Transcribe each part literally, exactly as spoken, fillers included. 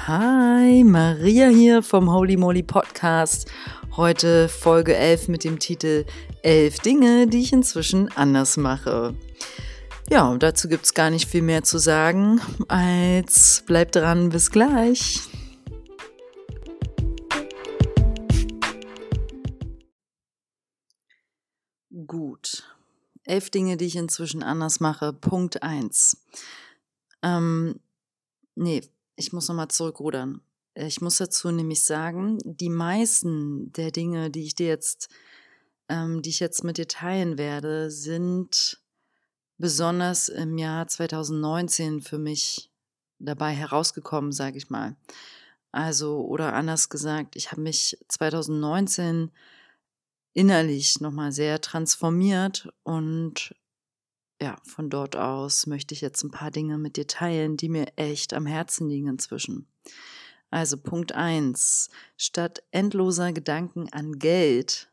Hi, Maria hier vom Holy Moly Podcast. Heute Folge elf mit dem Titel elf Dinge, die ich inzwischen anders mache. Ja, und dazu gibt es gar nicht viel mehr zu sagen, als bleibt dran, bis gleich. Gut, elf Dinge, die ich inzwischen anders mache. Punkt eins. Ähm, nee, ich muss nochmal zurückrudern. Ich muss dazu nämlich sagen, die meisten der Dinge, die ich dir jetzt, ähm, die ich jetzt mit dir teilen werde, sind besonders im Jahr zwanzig neunzehn für mich dabei herausgekommen, sage ich mal. Also, oder anders gesagt, ich habe mich zwanzig neunzehn innerlich nochmal sehr transformiert und ja, von dort aus möchte ich jetzt ein paar Dinge mit dir teilen, die mir echt am Herzen liegen inzwischen. Also Punkt eins: Statt endloser Gedanken an Geld,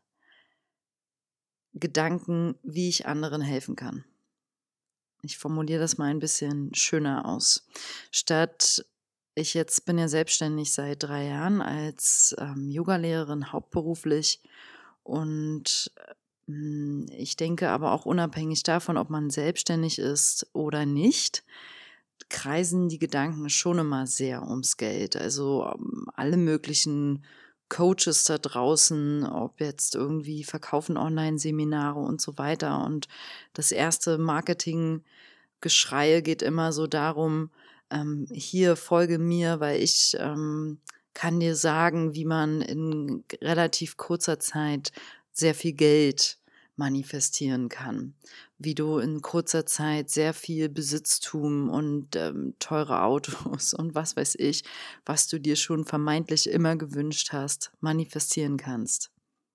Gedanken, wie ich anderen helfen kann. Ich formuliere das mal ein bisschen schöner aus. Statt, ich jetzt bin ja selbstständig seit drei Jahren als ähm, Yogalehrerin hauptberuflich und mm, ich denke aber auch unabhängig davon, ob man selbstständig ist oder nicht, kreisen die Gedanken schon immer sehr ums Geld. Also ähm, alle möglichen Coaches da draußen, ob jetzt irgendwie verkaufen Online-Seminare und so weiter. Und das erste Marketinggeschrei geht immer so darum, ähm, hier folge mir, weil ich ähm, kann dir sagen, wie man in relativ kurzer Zeit sehr viel Geld manifestieren kann, wie du in kurzer Zeit sehr viel Besitztum und ähm, teure Autos und was weiß ich, was du dir schon vermeintlich immer gewünscht hast, manifestieren kannst.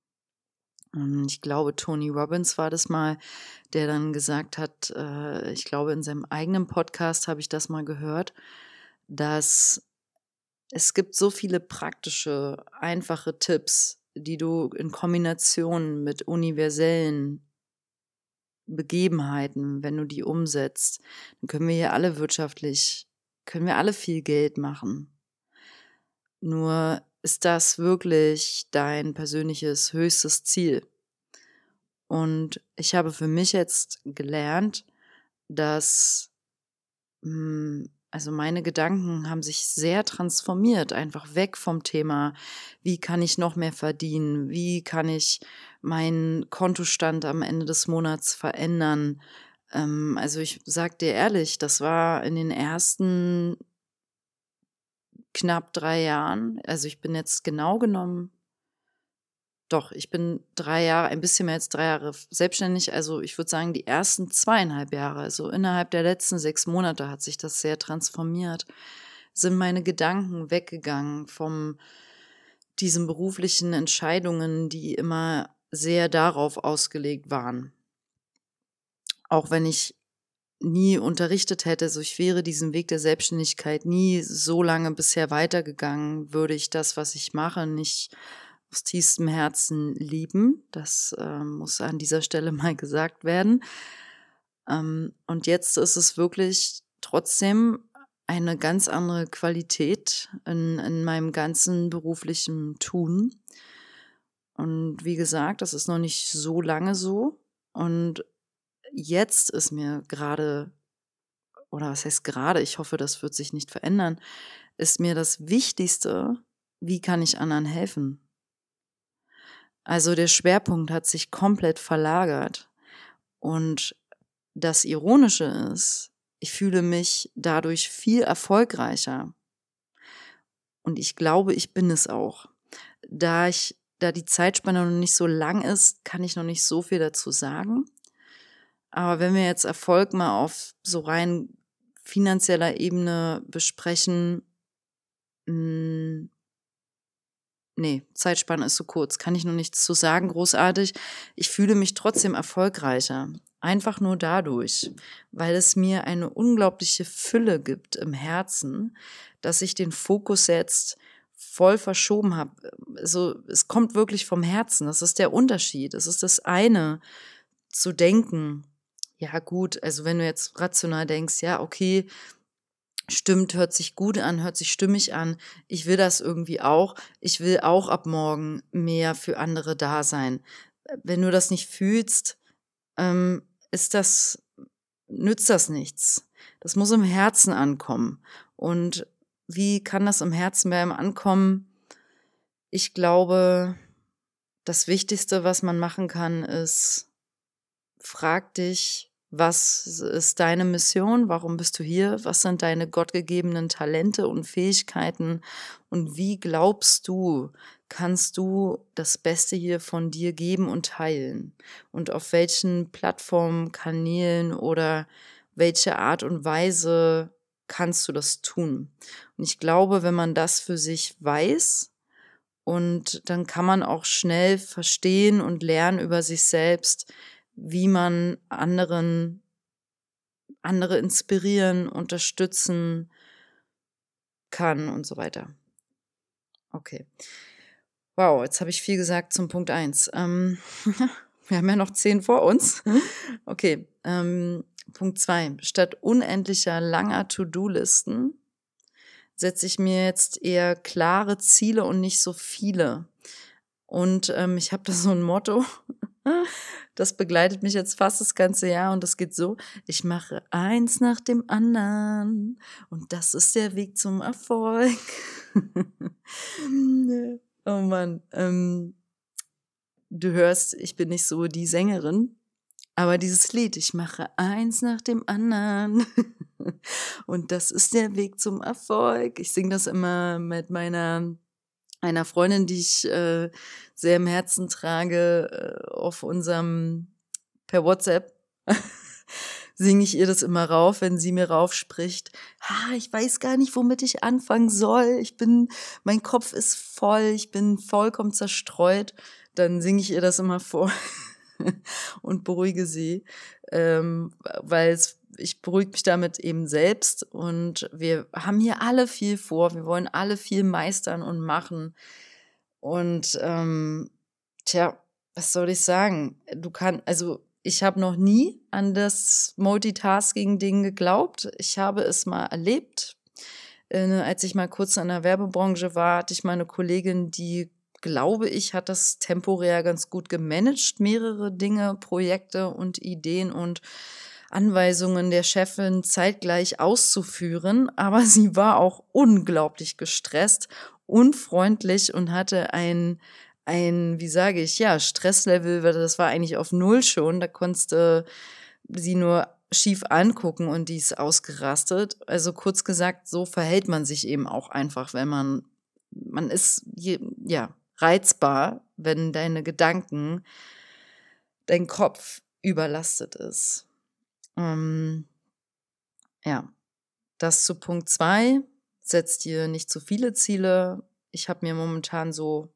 Und ich glaube, Tony Robbins war das mal, der dann gesagt hat, äh, ich glaube, in seinem eigenen Podcast habe ich das mal gehört, dass es gibt so viele praktische, einfache Tipps, die du in Kombination mit universellen Begebenheiten, wenn du die umsetzt, dann können wir hier alle wirtschaftlich, können wir alle viel Geld machen. Nur ist das wirklich dein persönliches höchstes Ziel? Und ich habe für mich jetzt gelernt, dass mh, also meine Gedanken haben sich sehr transformiert, einfach weg vom Thema, wie kann ich noch mehr verdienen, wie kann ich meinen Kontostand am Ende des Monats verändern. Ähm, also ich sag dir ehrlich, das war in den ersten knapp drei Jahren, also ich bin jetzt genau genommen, doch, ich bin drei Jahre, ein bisschen mehr als drei Jahre selbstständig. Also ich würde sagen, die ersten zweieinhalb Jahre, also innerhalb der letzten sechs Monate hat sich das sehr transformiert, sind meine Gedanken weggegangen von diesen beruflichen Entscheidungen, die immer sehr darauf ausgelegt waren. Auch wenn ich nie unterrichtet hätte, also ich wäre diesen Weg der Selbstständigkeit nie so lange bisher weitergegangen, würde ich das, was ich mache, nicht aus tiefstem Herzen lieben. Das äh, muss an dieser Stelle mal gesagt werden. Ähm, und jetzt ist es wirklich trotzdem eine ganz andere Qualität in, in meinem ganzen beruflichen Tun. Und wie gesagt, das ist noch nicht so lange so. Und jetzt ist mir gerade, oder was heißt gerade, ich hoffe, das wird sich nicht verändern, ist mir das Wichtigste, wie kann ich anderen helfen? Also der Schwerpunkt hat sich komplett verlagert. Und das Ironische ist, ich fühle mich dadurch viel erfolgreicher. Und ich glaube, ich bin es auch. Da ich, da die Zeitspanne noch nicht so lang ist, kann ich noch nicht so viel dazu sagen. Aber wenn wir jetzt Erfolg mal auf so rein finanzieller Ebene besprechen, mh, nee, Zeitspanne ist so kurz, kann ich noch nichts zu sagen, großartig. Ich fühle mich trotzdem erfolgreicher. Einfach nur dadurch, weil es mir eine unglaubliche Fülle gibt im Herzen, dass ich den Fokus jetzt voll verschoben habe. Also es kommt wirklich vom Herzen, das ist der Unterschied. Es ist das eine, zu denken, ja gut, also wenn du jetzt rational denkst, ja okay, stimmt, hört sich gut an, hört sich stimmig an. Ich will das irgendwie auch. Ich will auch ab morgen mehr für andere da sein. Wenn du das nicht fühlst, ähm, ist das nützt das nichts. Das muss im Herzen ankommen. Und wie kann das im Herzen bei einem ankommen? Ich glaube, das Wichtigste, was man machen kann, ist, frag dich, was ist deine Mission? Warum bist du hier? Was sind deine gottgegebenen Talente und Fähigkeiten? Und wie glaubst du, kannst du das Beste hier von dir geben und teilen? Und auf welchen Plattformen, Kanälen oder welche Art und Weise kannst du das tun? Und ich glaube, wenn man das für sich weiß, und dann kann man auch schnell verstehen und lernen über sich selbst, wie man anderen andere inspirieren, unterstützen kann und so weiter. Okay. Wow, jetzt habe ich viel gesagt zum Punkt eins. Ähm, wir haben ja noch zehn vor uns. Okay, ähm, Punkt zwei. Statt unendlicher langer To-Do-Listen setze ich mir jetzt eher klare Ziele und nicht so viele. Und ähm, ich habe da so ein Motto, das begleitet mich jetzt fast das ganze Jahr und das geht so: Ich mache eins nach dem anderen und das ist der Weg zum Erfolg. Oh Mann, ähm, du hörst, ich bin nicht so die Sängerin, aber dieses Lied, ich mache eins nach dem anderen und das ist der Weg zum Erfolg. Ich singe das immer mit meiner einer Freundin, die ich äh, sehr im Herzen trage, äh, auf unserem, per WhatsApp, singe ich ihr das immer rauf, wenn sie mir raufspricht. Ha, ich weiß gar nicht, womit ich anfangen soll. Ich bin, mein Kopf ist voll, ich bin vollkommen zerstreut. Dann singe ich ihr das immer vor und beruhige sie, ähm, weil es, ich beruhige mich damit eben selbst und wir haben hier alle viel vor, wir wollen alle viel meistern und machen und ähm, tja, was soll ich sagen? Du kannst, also ich habe noch nie an das Multitasking-Ding geglaubt. Ich habe es mal erlebt. Äh, als ich mal kurz in der Werbebranche war, hatte ich mal eine Kollegin, die, glaube ich, hat das temporär ganz gut gemanagt, mehrere Dinge, Projekte und Ideen und Anweisungen der Chefin zeitgleich auszuführen, aber sie war auch unglaublich gestresst, unfreundlich und hatte ein, ein, wie sage ich, ja, Stresslevel, das war eigentlich auf Null schon, da konntest du sie nur schief angucken und die ist ausgerastet. Also kurz gesagt, so verhält man sich eben auch einfach, wenn man, man ist, je, ja, reizbar, wenn deine Gedanken, dein Kopf überlastet ist. Ähm, ja, das zu Punkt zwei. Setz dir nicht zu viele Ziele. Ich habe mir momentan so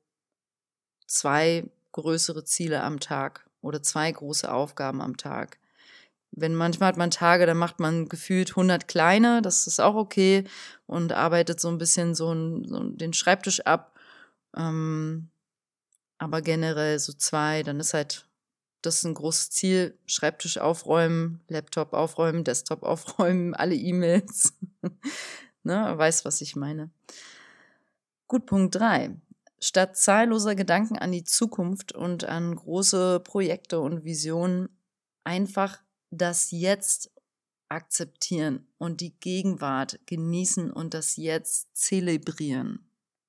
zwei größere Ziele am Tag oder zwei große Aufgaben am Tag. Wenn manchmal hat man Tage, da macht man gefühlt hundert kleine, das ist auch okay und arbeitet so ein bisschen so, ein, so den Schreibtisch ab. Ähm, aber generell so zwei, dann ist halt das ein großes Ziel: Schreibtisch aufräumen, Laptop aufräumen, Desktop aufräumen, alle E-Mails. Ne, weißt, was ich meine. Gut, Punkt drei. Statt zahlloser Gedanken an die Zukunft und an große Projekte und Visionen einfach das Jetzt akzeptieren und die Gegenwart genießen und das Jetzt zelebrieren.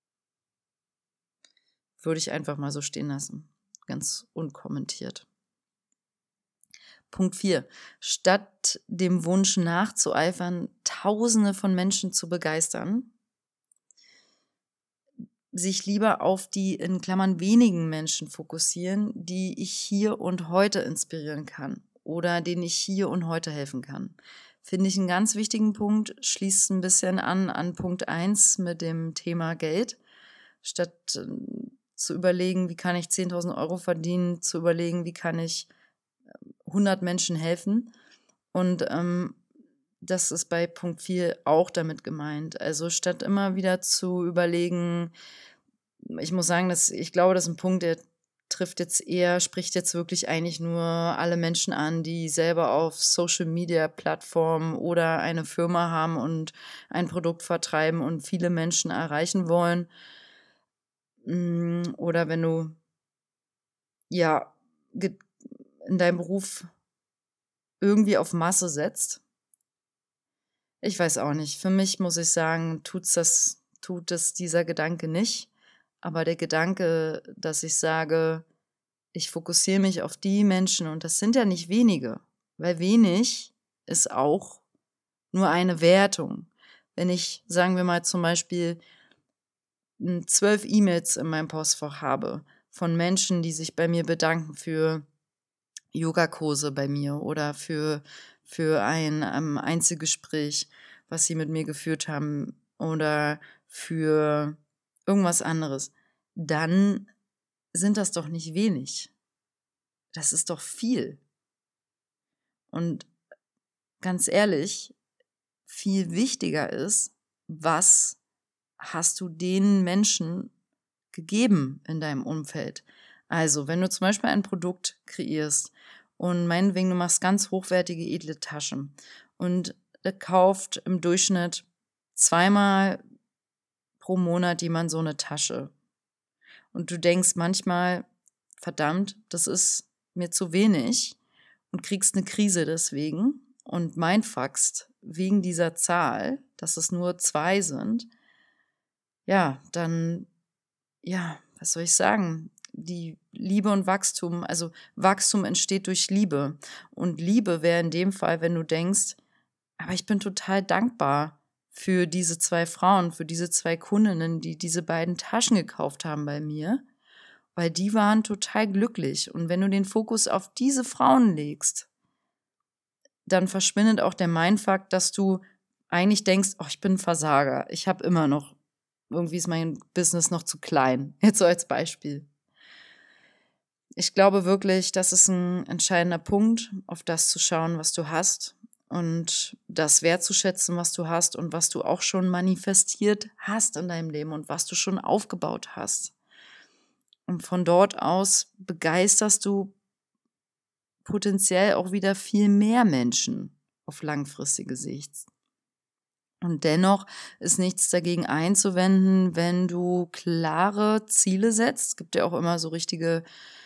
Würde ich einfach mal so stehen lassen. Ganz unkommentiert. Punkt vier. Statt dem Wunsch nachzueifern, Tausende von Menschen zu begeistern, sich lieber auf die in Klammern wenigen Menschen fokussieren, die ich hier und heute inspirieren kann oder denen ich hier und heute helfen kann. Finde ich einen ganz wichtigen Punkt, schließt ein bisschen an an Punkt eins mit dem Thema Geld. Statt äh, zu überlegen, wie kann ich zehntausend Euro verdienen, zu überlegen, wie kann ich hundert Menschen helfen. Und ähm, das ist bei Punkt vier auch damit gemeint. Also statt immer wieder zu überlegen, ich muss sagen, dass ich glaube, das ist ein Punkt, der trifft jetzt eher, spricht jetzt wirklich eigentlich nur alle Menschen an, die selber auf Social-Media-Plattformen oder eine Firma haben und ein Produkt vertreiben und viele Menschen erreichen wollen. Oder wenn du ja in deinem Beruf irgendwie auf Masse setzt. Ich weiß auch nicht. Für mich muss ich sagen, tut's das, tut es dieser Gedanke nicht. Aber der Gedanke, dass ich sage, ich fokussiere mich auf die Menschen, und das sind ja nicht wenige, weil wenig ist auch nur eine Wertung. Wenn ich, sagen wir mal zum Beispiel, zwölf E-Mails in meinem Postfach habe von Menschen, die sich bei mir bedanken für Yogakurse bei mir oder für, für ein ähm, Einzelgespräch, was sie mit mir geführt haben oder für irgendwas anderes, dann sind das doch nicht wenig. Das ist doch viel. Und ganz ehrlich, viel wichtiger ist, was hast du den Menschen gegeben in deinem Umfeld? Also, wenn du zum Beispiel ein Produkt kreierst und meinetwegen, du machst ganz hochwertige, edle Taschen und kauft im Durchschnitt zweimal pro Monat jemand so eine Tasche. Und du denkst manchmal, verdammt, das ist mir zu wenig und kriegst eine Krise deswegen und mindfuckst wegen dieser Zahl, dass es nur zwei sind, ja, dann, ja, was soll ich sagen? Die Liebe und Wachstum, also Wachstum entsteht durch Liebe. Und Liebe wäre in dem Fall, wenn du denkst, aber ich bin total dankbar für diese zwei Frauen, für diese zwei Kundinnen, die diese beiden Taschen gekauft haben bei mir, weil die waren total glücklich. Und wenn du den Fokus auf diese Frauen legst, dann verschwindet auch der Mindfuck, dass du eigentlich denkst, oh, ich bin ein Versager, ich habe immer noch, irgendwie ist mein Business noch zu klein. Jetzt so als Beispiel. Ich glaube wirklich, das ist ein entscheidender Punkt, auf das zu schauen, was du hast und das wertzuschätzen, was du hast und was du auch schon manifestiert hast in deinem Leben und was du schon aufgebaut hast. Und von dort aus begeisterst du potenziell auch wieder viel mehr Menschen auf langfristige Sicht. Und dennoch ist nichts dagegen einzuwenden, wenn du klare Ziele setzt. Es gibt ja auch immer so richtige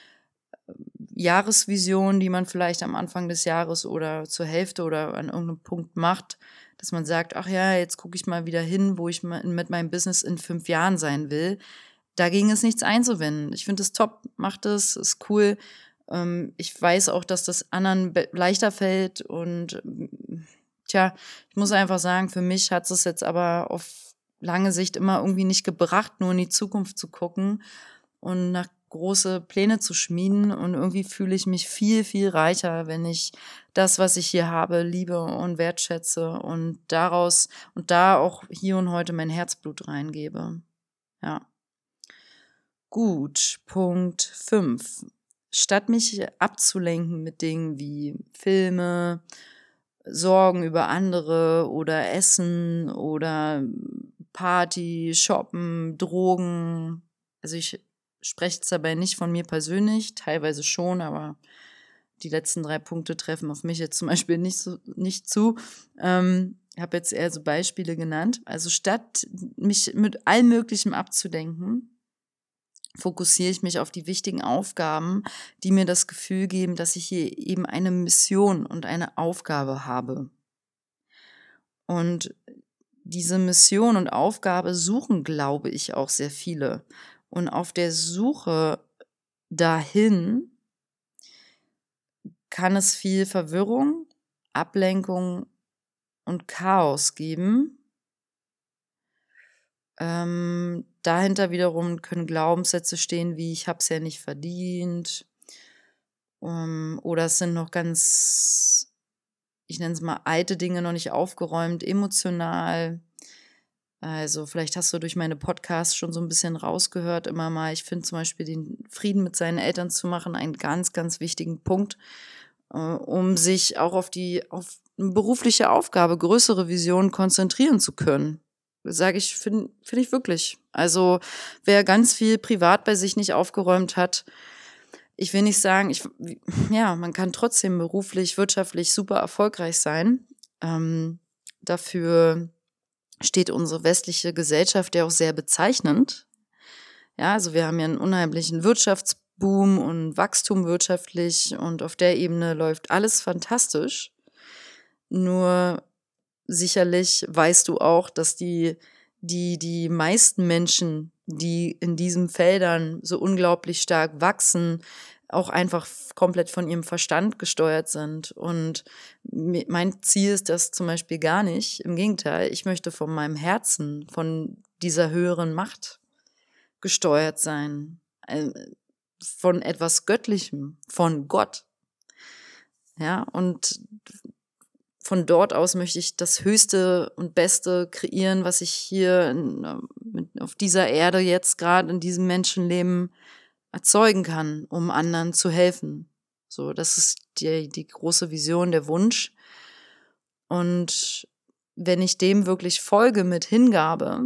Jahresvisionen, die man vielleicht am Anfang des Jahres oder zur Hälfte oder an irgendeinem Punkt macht, dass man sagt, ach ja, jetzt gucke ich mal wieder hin, wo ich mit meinem Business in fünf Jahren sein will. Dagegen ist nichts einzuwenden. Ich finde es top, macht es, ist cool. Ich weiß auch, dass das anderen leichter fällt und tja, ich muss einfach sagen, für mich hat es jetzt aber auf lange Sicht immer irgendwie nicht gebracht, nur in die Zukunft zu gucken und nach große Pläne zu schmieden. Und irgendwie fühle ich mich viel, viel reicher, wenn ich das, was ich hier habe, liebe und wertschätze und daraus und da auch hier und heute mein Herzblut reingebe. Ja. Gut, Punkt fünf. Statt mich abzulenken mit Dingen wie Filme, Sorgen über andere oder Essen oder Party, Shoppen, Drogen. Also ich spreche jetzt dabei nicht von mir persönlich, teilweise schon, aber die letzten drei Punkte treffen auf mich jetzt zum Beispiel nicht, so, nicht zu. Ähm, ich habe jetzt eher so Beispiele genannt. Also statt mich mit allem Möglichen abzudenken, fokussiere ich mich auf die wichtigen Aufgaben, die mir das Gefühl geben, dass ich hier eben eine Mission und eine Aufgabe habe. Und diese Mission und Aufgabe suchen, glaube ich, auch sehr viele. Und auf der Suche dahin kann es viel Verwirrung, Ablenkung und Chaos geben. Ähm, dahinter wiederum können Glaubenssätze stehen, wie ich habe es ja nicht verdient. Um, oder es sind noch ganz, ich nenne es mal, alte Dinge noch nicht aufgeräumt, emotional. Also vielleicht hast du durch meine Podcasts schon so ein bisschen rausgehört immer mal. Ich finde zum Beispiel den Frieden mit seinen Eltern zu machen einen ganz, ganz wichtigen Punkt, äh, um sich auch auf die auf eine berufliche Aufgabe, größere Visionen konzentrieren zu können. Sage ich, finde find ich wirklich. Also wer ganz viel privat bei sich nicht aufgeräumt hat, ich will nicht sagen, ich, ja, man kann trotzdem beruflich, wirtschaftlich super erfolgreich sein. Ähm, dafür steht unsere westliche Gesellschaft ja auch sehr bezeichnend. Ja, also wir haben ja einen unheimlichen Wirtschaftsboom und Wachstum wirtschaftlich und auf der Ebene läuft alles fantastisch. Nur sicherlich weißt du auch, dass die, die, die meisten Menschen, die in diesen Feldern so unglaublich stark wachsen, auch einfach komplett von ihrem Verstand gesteuert sind. Und mein Ziel ist das zum Beispiel gar nicht. Im Gegenteil, ich möchte von meinem Herzen, von dieser höheren Macht gesteuert sein. Von etwas Göttlichem, von Gott. Ja, und von dort aus möchte ich das Höchste und Beste kreieren, was ich hier in, auf dieser Erde jetzt gerade in diesem Menschenleben erzeugen kann, um anderen zu helfen. So, das ist die, die große Vision, der Wunsch. Und wenn ich dem wirklich folge mit Hingabe,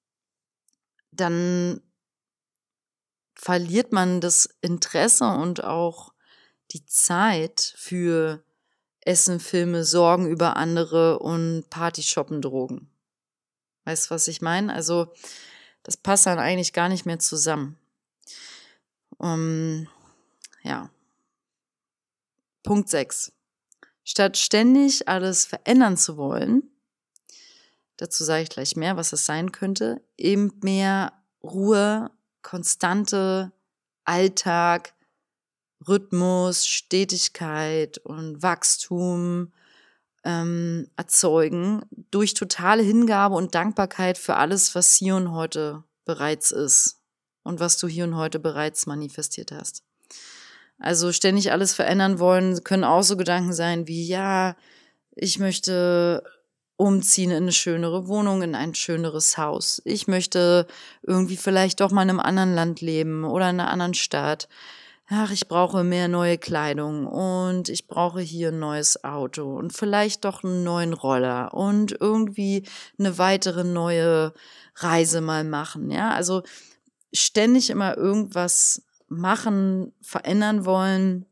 dann verliert man das Interesse und auch die Zeit für Essen, Filme, Sorgen über andere und Party, Shoppen, Drogen. Weißt du, was ich meine? Also das passt dann eigentlich gar nicht mehr zusammen. Um, ja. Punkt sechs. Statt ständig alles verändern zu wollen, dazu sage ich gleich mehr, was das sein könnte, eben mehr Ruhe, konstante Alltag, Rhythmus, Stetigkeit und Wachstum ähm, erzeugen durch totale Hingabe und Dankbarkeit für alles, was hier und heute bereits ist und was du hier und heute bereits manifestiert hast. Also ständig alles verändern wollen, können auch so Gedanken sein wie, ja, ich möchte umziehen in eine schönere Wohnung, in ein schöneres Haus. Ich möchte irgendwie vielleicht doch mal in einem anderen Land leben oder in einer anderen Stadt. Ach, ich brauche mehr neue Kleidung und ich brauche hier ein neues Auto und vielleicht doch einen neuen Roller und irgendwie eine weitere neue Reise mal machen. Ja, also ständig immer irgendwas machen, verändern wollen,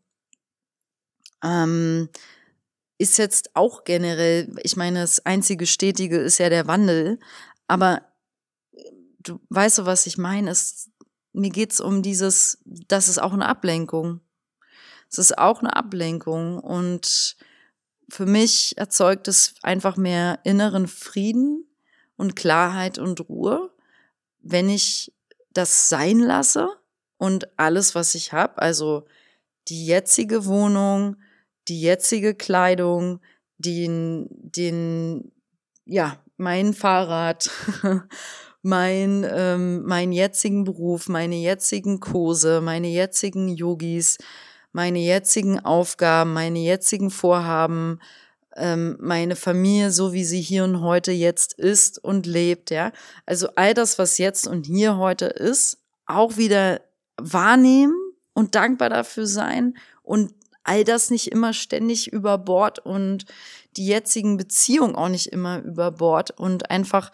ähm, ist jetzt auch generell, ich meine, das einzige Stetige ist ja der Wandel, aber du weißt du, was ich meine, ist, mir geht's um dieses, das ist auch eine Ablenkung. Es ist auch eine Ablenkung und für mich erzeugt es einfach mehr inneren Frieden und Klarheit und Ruhe, wenn ich das sein lasse und alles, was ich habe, also die jetzige Wohnung, die jetzige Kleidung, den, den, ja, mein Fahrrad, mein, ähm, meinen jetzigen Beruf, meine jetzigen Kurse, meine jetzigen Yogis, meine jetzigen Aufgaben, meine jetzigen Vorhaben, ähm, meine Familie, so wie sie hier und heute jetzt ist und lebt, ja. Also all das, was jetzt und hier heute ist, auch wieder wahrnehmen und dankbar dafür sein und all das nicht immer ständig über Bord und die jetzigen Beziehungen auch nicht immer über Bord und einfach,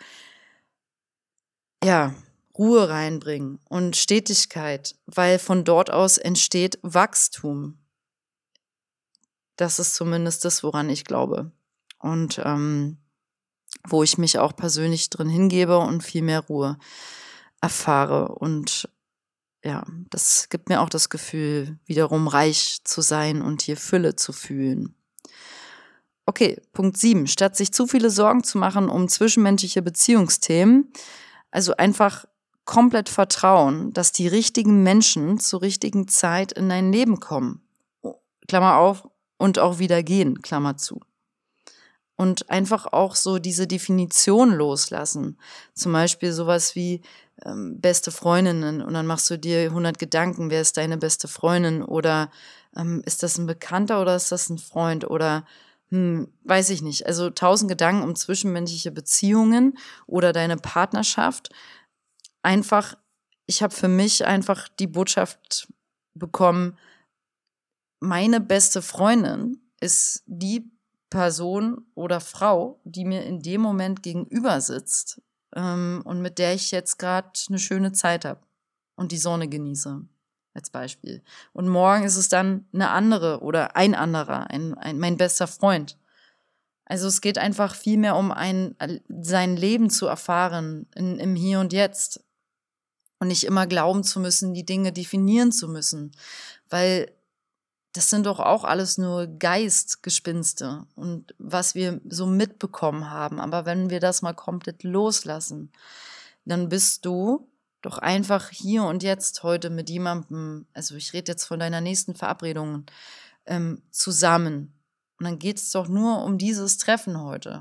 ja, Ruhe reinbringen und Stetigkeit, weil von dort aus entsteht Wachstum. Das ist zumindest das, woran ich glaube. Und ähm, wo ich mich auch persönlich drin hingebe und viel mehr Ruhe erfahre. Und ja, das gibt mir auch das Gefühl, wiederum reich zu sein und hier Fülle zu fühlen. Okay, Punkt sieben. Statt sich zu viele Sorgen zu machen um zwischenmenschliche Beziehungsthemen, also einfach komplett vertrauen, dass die richtigen Menschen zur richtigen Zeit in dein Leben kommen. Klammer auf, und auch wieder gehen, Klammer zu. Und einfach auch so diese Definition loslassen. Zum Beispiel sowas wie ähm, beste Freundinnen und dann machst du dir hundert Gedanken, wer ist deine beste Freundin oder ähm, ist das ein Bekannter oder ist das ein Freund oder hm, weiß ich nicht. Also tausend Gedanken um zwischenmenschliche Beziehungen oder deine Partnerschaft. Einfach, ich habe für mich einfach die Botschaft bekommen, meine beste Freundin ist die Person oder Frau, die mir in dem Moment gegenüber sitzt ähm, und mit der ich jetzt gerade eine schöne Zeit habe und die Sonne genieße. als Beispiel. Und morgen ist es dann eine andere oder ein anderer, ein, ein, mein bester Freund. Also es geht einfach viel mehr um ein, sein Leben zu erfahren in, im Hier und Jetzt. Und nicht immer glauben zu müssen, die Dinge definieren zu müssen. Weil das sind doch auch alles nur Geistgespinste und was wir so mitbekommen haben. Aber wenn wir das mal komplett loslassen, dann bist du doch einfach hier und jetzt heute mit jemandem, also ich rede jetzt von deiner nächsten Verabredung, ähm, zusammen. Und dann geht es doch nur um dieses Treffen heute.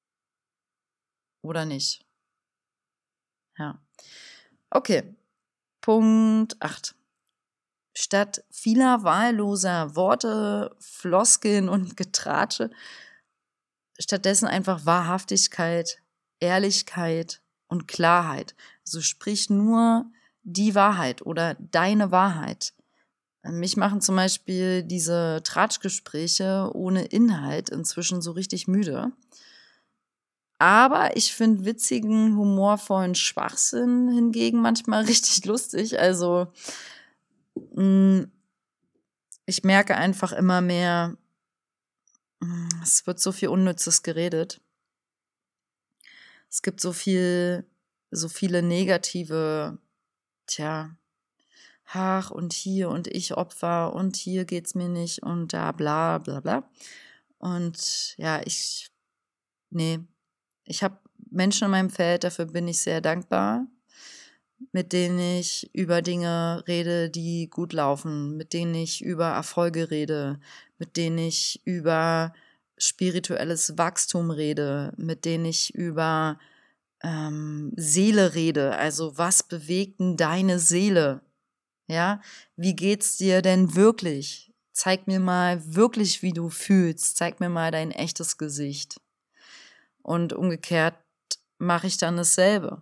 Oder nicht? Ja. Okay. Punkt acht. Statt vieler wahlloser Worte, Floskeln und Getratsche, stattdessen einfach Wahrhaftigkeit, Ehrlichkeit und Klarheit. Also sprich nur die Wahrheit oder deine Wahrheit. Mich machen zum Beispiel diese Tratschgespräche ohne Inhalt inzwischen so richtig müde. Aber ich finde witzigen, humorvollen Schwachsinn hingegen manchmal richtig lustig. Also ich merke einfach immer mehr, es wird so viel Unnützes geredet. Es gibt so viel, so viele negative, tja, ach und hier und ich Opfer und hier geht's mir nicht und da bla bla bla. Und ja, ich, nee, ich habe Menschen in meinem Feld, dafür bin ich sehr dankbar, mit denen ich über Dinge rede, die gut laufen, mit denen ich über Erfolge rede, mit denen ich über spirituelles Wachstum rede, mit denen ich über ähm, Seele rede. Also was bewegt denn deine Seele? Ja, wie geht's dir denn wirklich? Zeig mir mal wirklich, wie du fühlst. Zeig mir mal dein echtes Gesicht. Und umgekehrt mache ich dann dasselbe.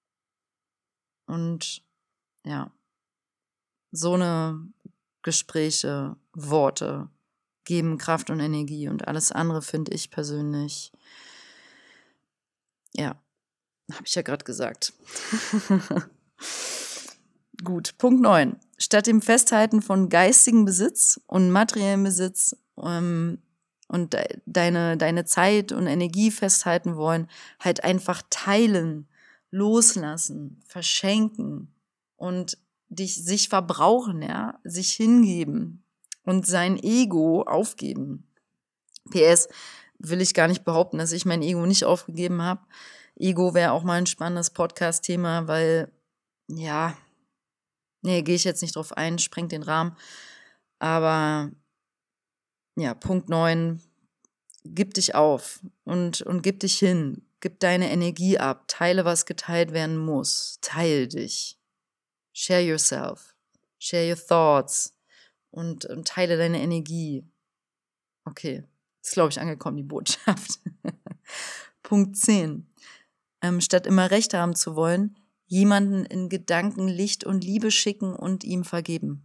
Und ja, so eine Gespräche, Worte geben Kraft und Energie und alles andere finde ich persönlich, ja, habe ich ja gerade gesagt. Gut, Punkt neun. Statt dem Festhalten von geistigem Besitz und materiellem Besitz ähm, und de- deine, deine Zeit und Energie festhalten wollen, halt einfach teilen, loslassen, verschenken und dich, sich verbrauchen, ja, sich hingeben und sein Ego aufgeben. P S will ich gar nicht behaupten, dass ich mein Ego nicht aufgegeben habe. Ego wäre auch mal ein spannendes Podcast-Thema, weil, ja, nee, gehe ich jetzt nicht drauf ein, sprengt den Rahmen. Aber ja, Punkt neun, gib dich auf und, und gib dich hin. Gib deine Energie ab. Teile, was geteilt werden muss. Teil dich. Share yourself. Share your thoughts. Und, und teile deine Energie. Okay, ist, glaube ich, angekommen, die Botschaft. Punkt zehn. Ähm, statt immer Recht haben zu wollen, jemanden in Gedanken Licht und Liebe schicken und ihm vergeben.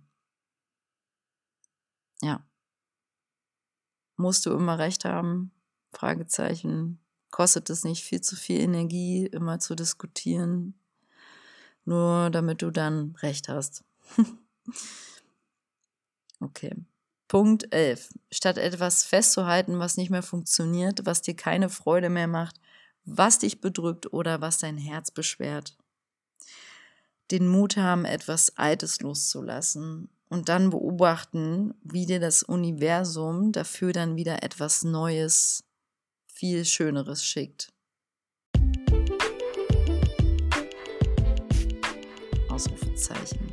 Ja. Musst du immer Recht haben? Fragezeichen. Kostet es nicht viel zu viel Energie, immer zu diskutieren? Nur damit du dann Recht hast. Okay. Punkt elf. Statt etwas festzuhalten, was nicht mehr funktioniert, was dir keine Freude mehr macht, was dich bedrückt oder was dein Herz beschwert. Den Mut haben, etwas Altes loszulassen und dann beobachten, wie dir das Universum dafür dann wieder etwas Neues, viel Schöneres schickt. Ausrufezeichen.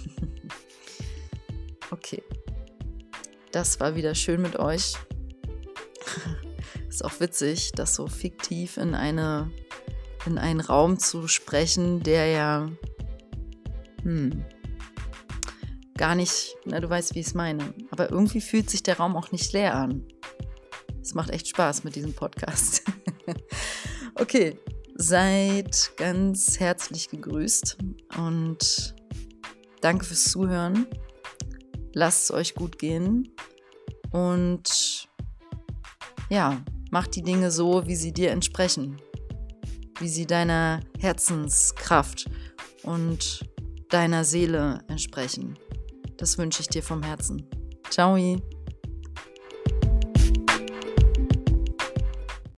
Okay. Das war wieder schön mit euch. Ist auch witzig, das so fiktiv in eine, in einen Raum zu sprechen, der ja hm, gar nicht, na, du weißt, wie ich es meine. Aber irgendwie fühlt sich der Raum auch nicht leer an. Es macht echt Spaß mit diesem Podcast. Okay, seid ganz herzlich gegrüßt und danke fürs Zuhören. Lasst es euch gut gehen und ja, macht die Dinge so, wie sie dir entsprechen, wie sie deiner Herzenskraft und deiner Seele entsprechen. Das wünsche ich dir vom Herzen. Ciao.